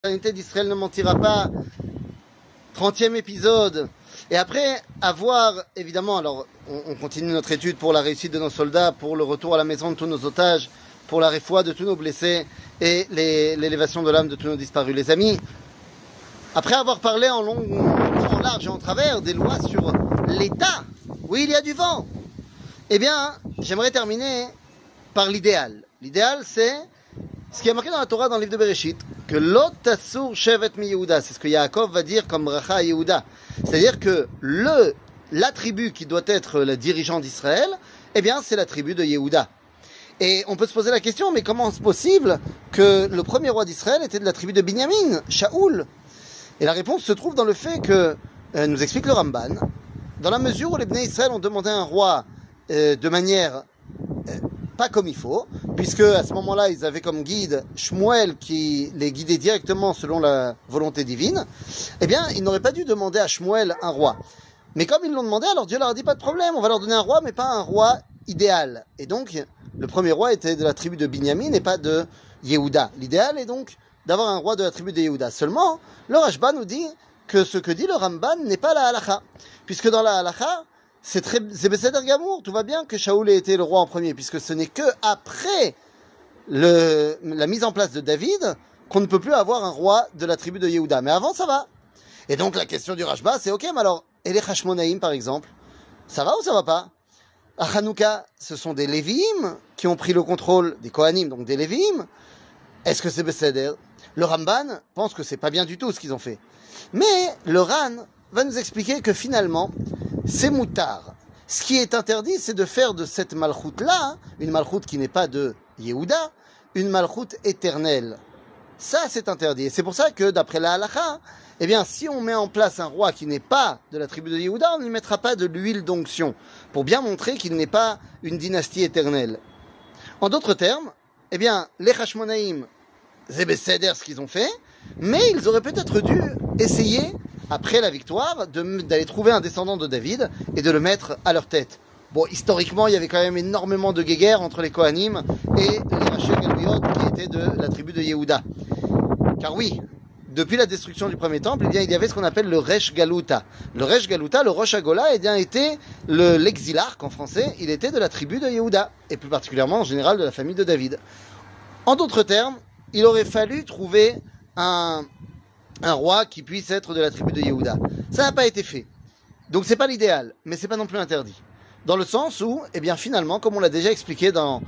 L'éternité d'Israël ne mentira pas, 30e épisode. Et après avoir, évidemment, alors on continue notre étude pour la réussite de nos soldats, pour le retour à la maison de tous nos otages, pour la réfoua de tous nos blessés et l'élévation de l'âme de tous nos disparus. Les amis, après avoir parlé en long, en large et en travers des lois sur l'État, oui, il y a du vent, eh bien, j'aimerais terminer par l'idéal. L'idéal, c'est ce qui est marqué dans la Torah, dans le livre de Bereshit, que Lot Tasur Shevet mi Yehuda, c'est ce que Yaakov va dire comme bracha à Yehuda. C'est-à-dire que la tribu qui doit être le dirigeant d'Israël, eh bien, c'est la tribu de Yehuda. Et on peut se poser la question, mais comment est-ce possible que le premier roi d'Israël était de la tribu de Binyamin, Shaoul? Et la réponse se trouve dans le fait que, nous explique le Ramban, dans la mesure où les Bnei Israël ont demandé un roi de manière pas comme il faut, puisque à ce moment-là, ils avaient comme guide Shmuel qui les guidait directement selon la volonté divine, eh bien, ils n'auraient pas dû demander à Shmuel un roi. Mais comme ils l'ont demandé, alors Dieu leur a dit pas de problème, on va leur donner un roi, mais pas un roi idéal. Et donc, le premier roi était de la tribu de Binyamin et pas de Yehuda. L'idéal est donc d'avoir un roi de la tribu de Yehuda. Seulement, le Rashba nous dit que ce que dit le Ramban n'est pas la halakha, puisque dans la halakha, c'est Besséder Gamour, tout va bien que Shaoul ait été le roi en premier, puisque ce n'est que après la mise en place de David qu'on ne peut plus avoir un roi de la tribu de Yehuda. Mais avant, ça va. Et donc la question du Rashba, c'est ok, mais alors, et les Hashmonaïm par exemple, ça va ou ça va pas? À Hanouka, ce sont des Lévim qui ont pris le contrôle des Kohanim, donc des Lévim. Est-ce que c'est Besséder? Le Ramban pense que c'est pas bien du tout ce qu'ils ont fait. Mais le Ran va nous expliquer que finalement, c'est moutard. Ce qui est interdit, c'est de faire de cette malchoute-là, une malchoute qui n'est pas de Yehuda, une malchoute éternelle. Ça, c'est interdit. Et c'est pour ça que, d'après la halakha, eh bien, si on met en place un roi qui n'est pas de la tribu de Yehuda, on ne lui mettra pas de l'huile d'onction, pour bien montrer qu'il n'est pas une dynastie éternelle. En d'autres termes, eh bien, les Hashmonaïm, c'est Besséder ce qu'ils ont fait, mais ils auraient peut-être dû essayer, après la victoire, d'aller trouver un descendant de David et de le mettre à leur tête. Bon, historiquement, il y avait quand même énormément de guéguerres entre les Kohanim et les Raché Galuyot qui étaient de la tribu de Yehuda. Car oui, depuis la destruction du premier temple, eh bien, il y avait ce qu'on appelle le Resh Galuta. Le Resh Galuta, le Rosh Hagola, eh bien, était l'exilarque en français, il était de la tribu de Yehuda, et plus particulièrement en général de la famille de David. En d'autres termes, il aurait fallu trouver un roi qui puisse être de la tribu de Yehuda. Ça n'a pas été fait. Donc c'est pas l'idéal, mais c'est pas non plus interdit. Dans le sens où, eh bien finalement, comme on l'a déjà expliqué dans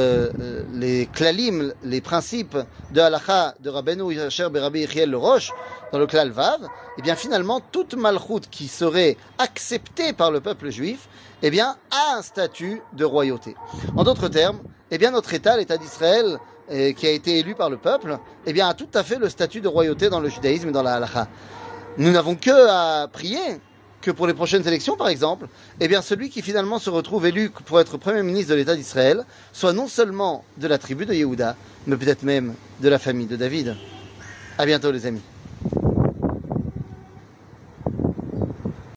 les klalim, les principes de halakha de Rabbeinu Yasher Berabi Yechiel le Roche, dans le klal Vav, eh bien finalement, toute malchoute qui serait acceptée par le peuple juif, eh bien a un statut de royauté. En d'autres termes, eh bien notre État, l'État d'Israël, qui a été élu par le peuple, eh bien a tout à fait le statut de royauté dans le judaïsme et dans la halakha. Nous n'avons que à prier que pour les prochaines élections, par exemple, eh bien celui qui finalement se retrouve élu pour être Premier ministre de l'État d'Israël soit non seulement de la tribu de Yehuda, mais peut-être même de la famille de David. À bientôt les amis.